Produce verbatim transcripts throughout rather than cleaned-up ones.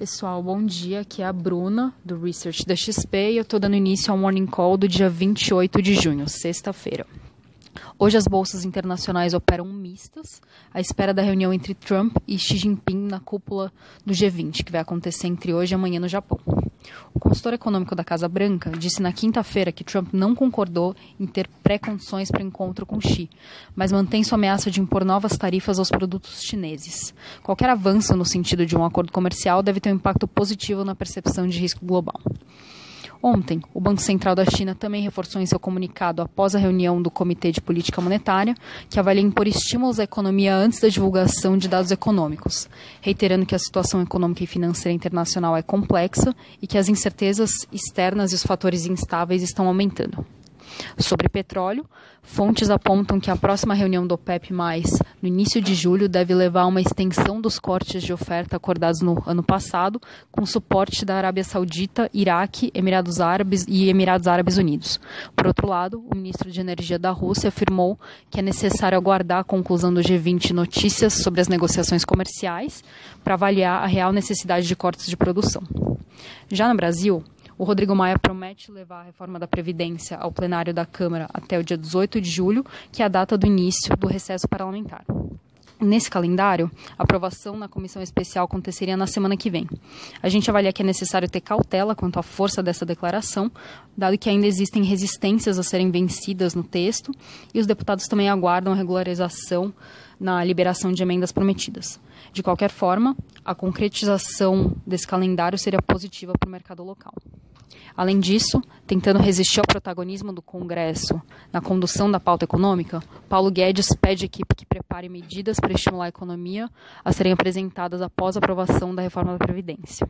Pessoal, bom dia, aqui é a Bruna, do Research da X P, e eu estou dando início ao Morning Call do dia vinte e oito de junho, sexta-feira. Hoje as bolsas internacionais operam mistas, à espera da reunião entre Trump e Xi Jinping na cúpula do G vinte, que vai acontecer entre hoje e amanhã no Japão. O consultor econômico da Casa Branca disse na quinta-feira que Trump não concordou em ter pré-condições para o encontro com Xi, mas mantém sua ameaça de impor novas tarifas aos produtos chineses. Qualquer avanço no sentido de um acordo comercial deve ter um impacto positivo na percepção de risco global. Ontem, o Banco Central da China também reforçou em seu comunicado após a reunião do Comitê de Política Monetária, que avalia impor estímulos à economia antes da divulgação de dados econômicos, reiterando que a situação econômica e financeira internacional é complexa e que as incertezas externas e os fatores instáveis estão aumentando. Sobre petróleo, fontes apontam que a próxima reunião do OPEP+, no início de julho, deve levar a uma extensão dos cortes de oferta acordados no ano passado, com suporte da Arábia Saudita, Iraque, Emirados Árabes e Emirados Árabes Unidos. Por outro lado, o ministro de Energia da Rússia afirmou que é necessário aguardar a conclusão do G vinte notícias sobre as negociações comerciais para avaliar a real necessidade de cortes de produção. Já no Brasil, o Rodrigo Maia promete levar a reforma da Previdência ao plenário da Câmara até o dia dezoito de julho, que é a data do início do recesso parlamentar. Nesse calendário, a aprovação na comissão especial aconteceria na semana que vem. A gente avalia que é necessário ter cautela quanto à força dessa declaração, dado que ainda existem resistências a serem vencidas no texto, e os deputados também aguardam a regularização na liberação de emendas prometidas. De qualquer forma, a concretização desse calendário seria positiva para o mercado local. Além disso, tentando resistir ao protagonismo do Congresso na condução da pauta econômica, Paulo Guedes pede à equipe que prepare medidas para estimular a economia a serem apresentadas após a aprovação da reforma da Previdência.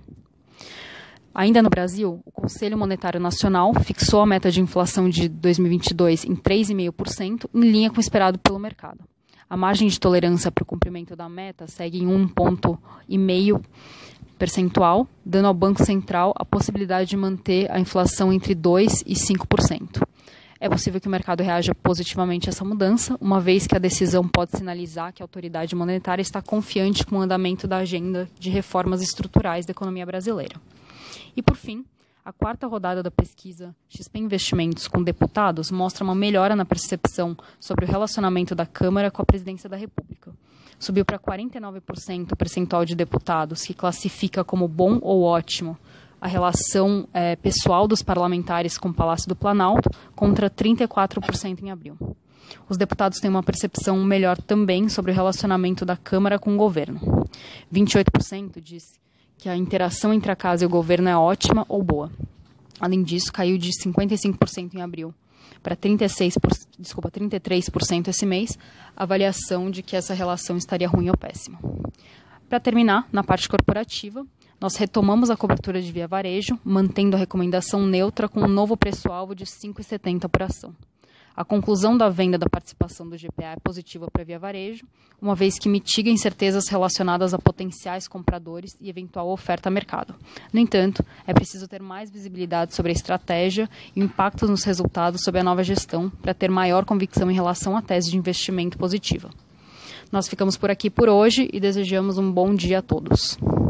Ainda no Brasil, o Conselho Monetário Nacional fixou a meta de inflação de dois mil e vinte e dois em três vírgula cinco por cento, em linha com o esperado pelo mercado. A margem de tolerância para o cumprimento da meta segue em um vírgula cinco percentual, dando ao Banco Central a possibilidade de manter a inflação entre dois e cinco por cento. É possível que o mercado reaja positivamente a essa mudança, uma vez que a decisão pode sinalizar que a autoridade monetária está confiante com o andamento da agenda de reformas estruturais da economia brasileira. E, por fim, a quarta rodada da pesquisa X P Investimentos com deputados mostra uma melhora na percepção sobre o relacionamento da Câmara com a Presidência da República. Subiu para quarenta e nove por cento o percentual de deputados que classifica como bom ou ótimo a relação é, pessoal dos parlamentares com o Palácio do Planalto, contra trinta e quatro por cento em abril. Os deputados têm uma percepção melhor também sobre o relacionamento da Câmara com o governo. vinte e oito por cento diz que a interação entre a casa e o governo é ótima ou boa. Além disso, caiu de cinquenta e cinco por cento em abril para trinta e seis por cento, desculpa, trinta e três por cento esse mês, a avaliação de que essa relação estaria ruim ou péssima. Para terminar, na parte corporativa, nós retomamos a cobertura de Via Varejo, mantendo a recomendação neutra com um novo preço-alvo de cinco reais e setenta centavos por ação. A conclusão da venda da participação do G P A é positiva para a Via Varejo, uma vez que mitiga incertezas relacionadas a potenciais compradores e eventual oferta a mercado. No entanto, é preciso ter mais visibilidade sobre a estratégia e o impacto nos resultados sob a nova gestão para ter maior convicção em relação à tese de investimento positiva. Nós ficamos por aqui por hoje e desejamos um bom dia a todos.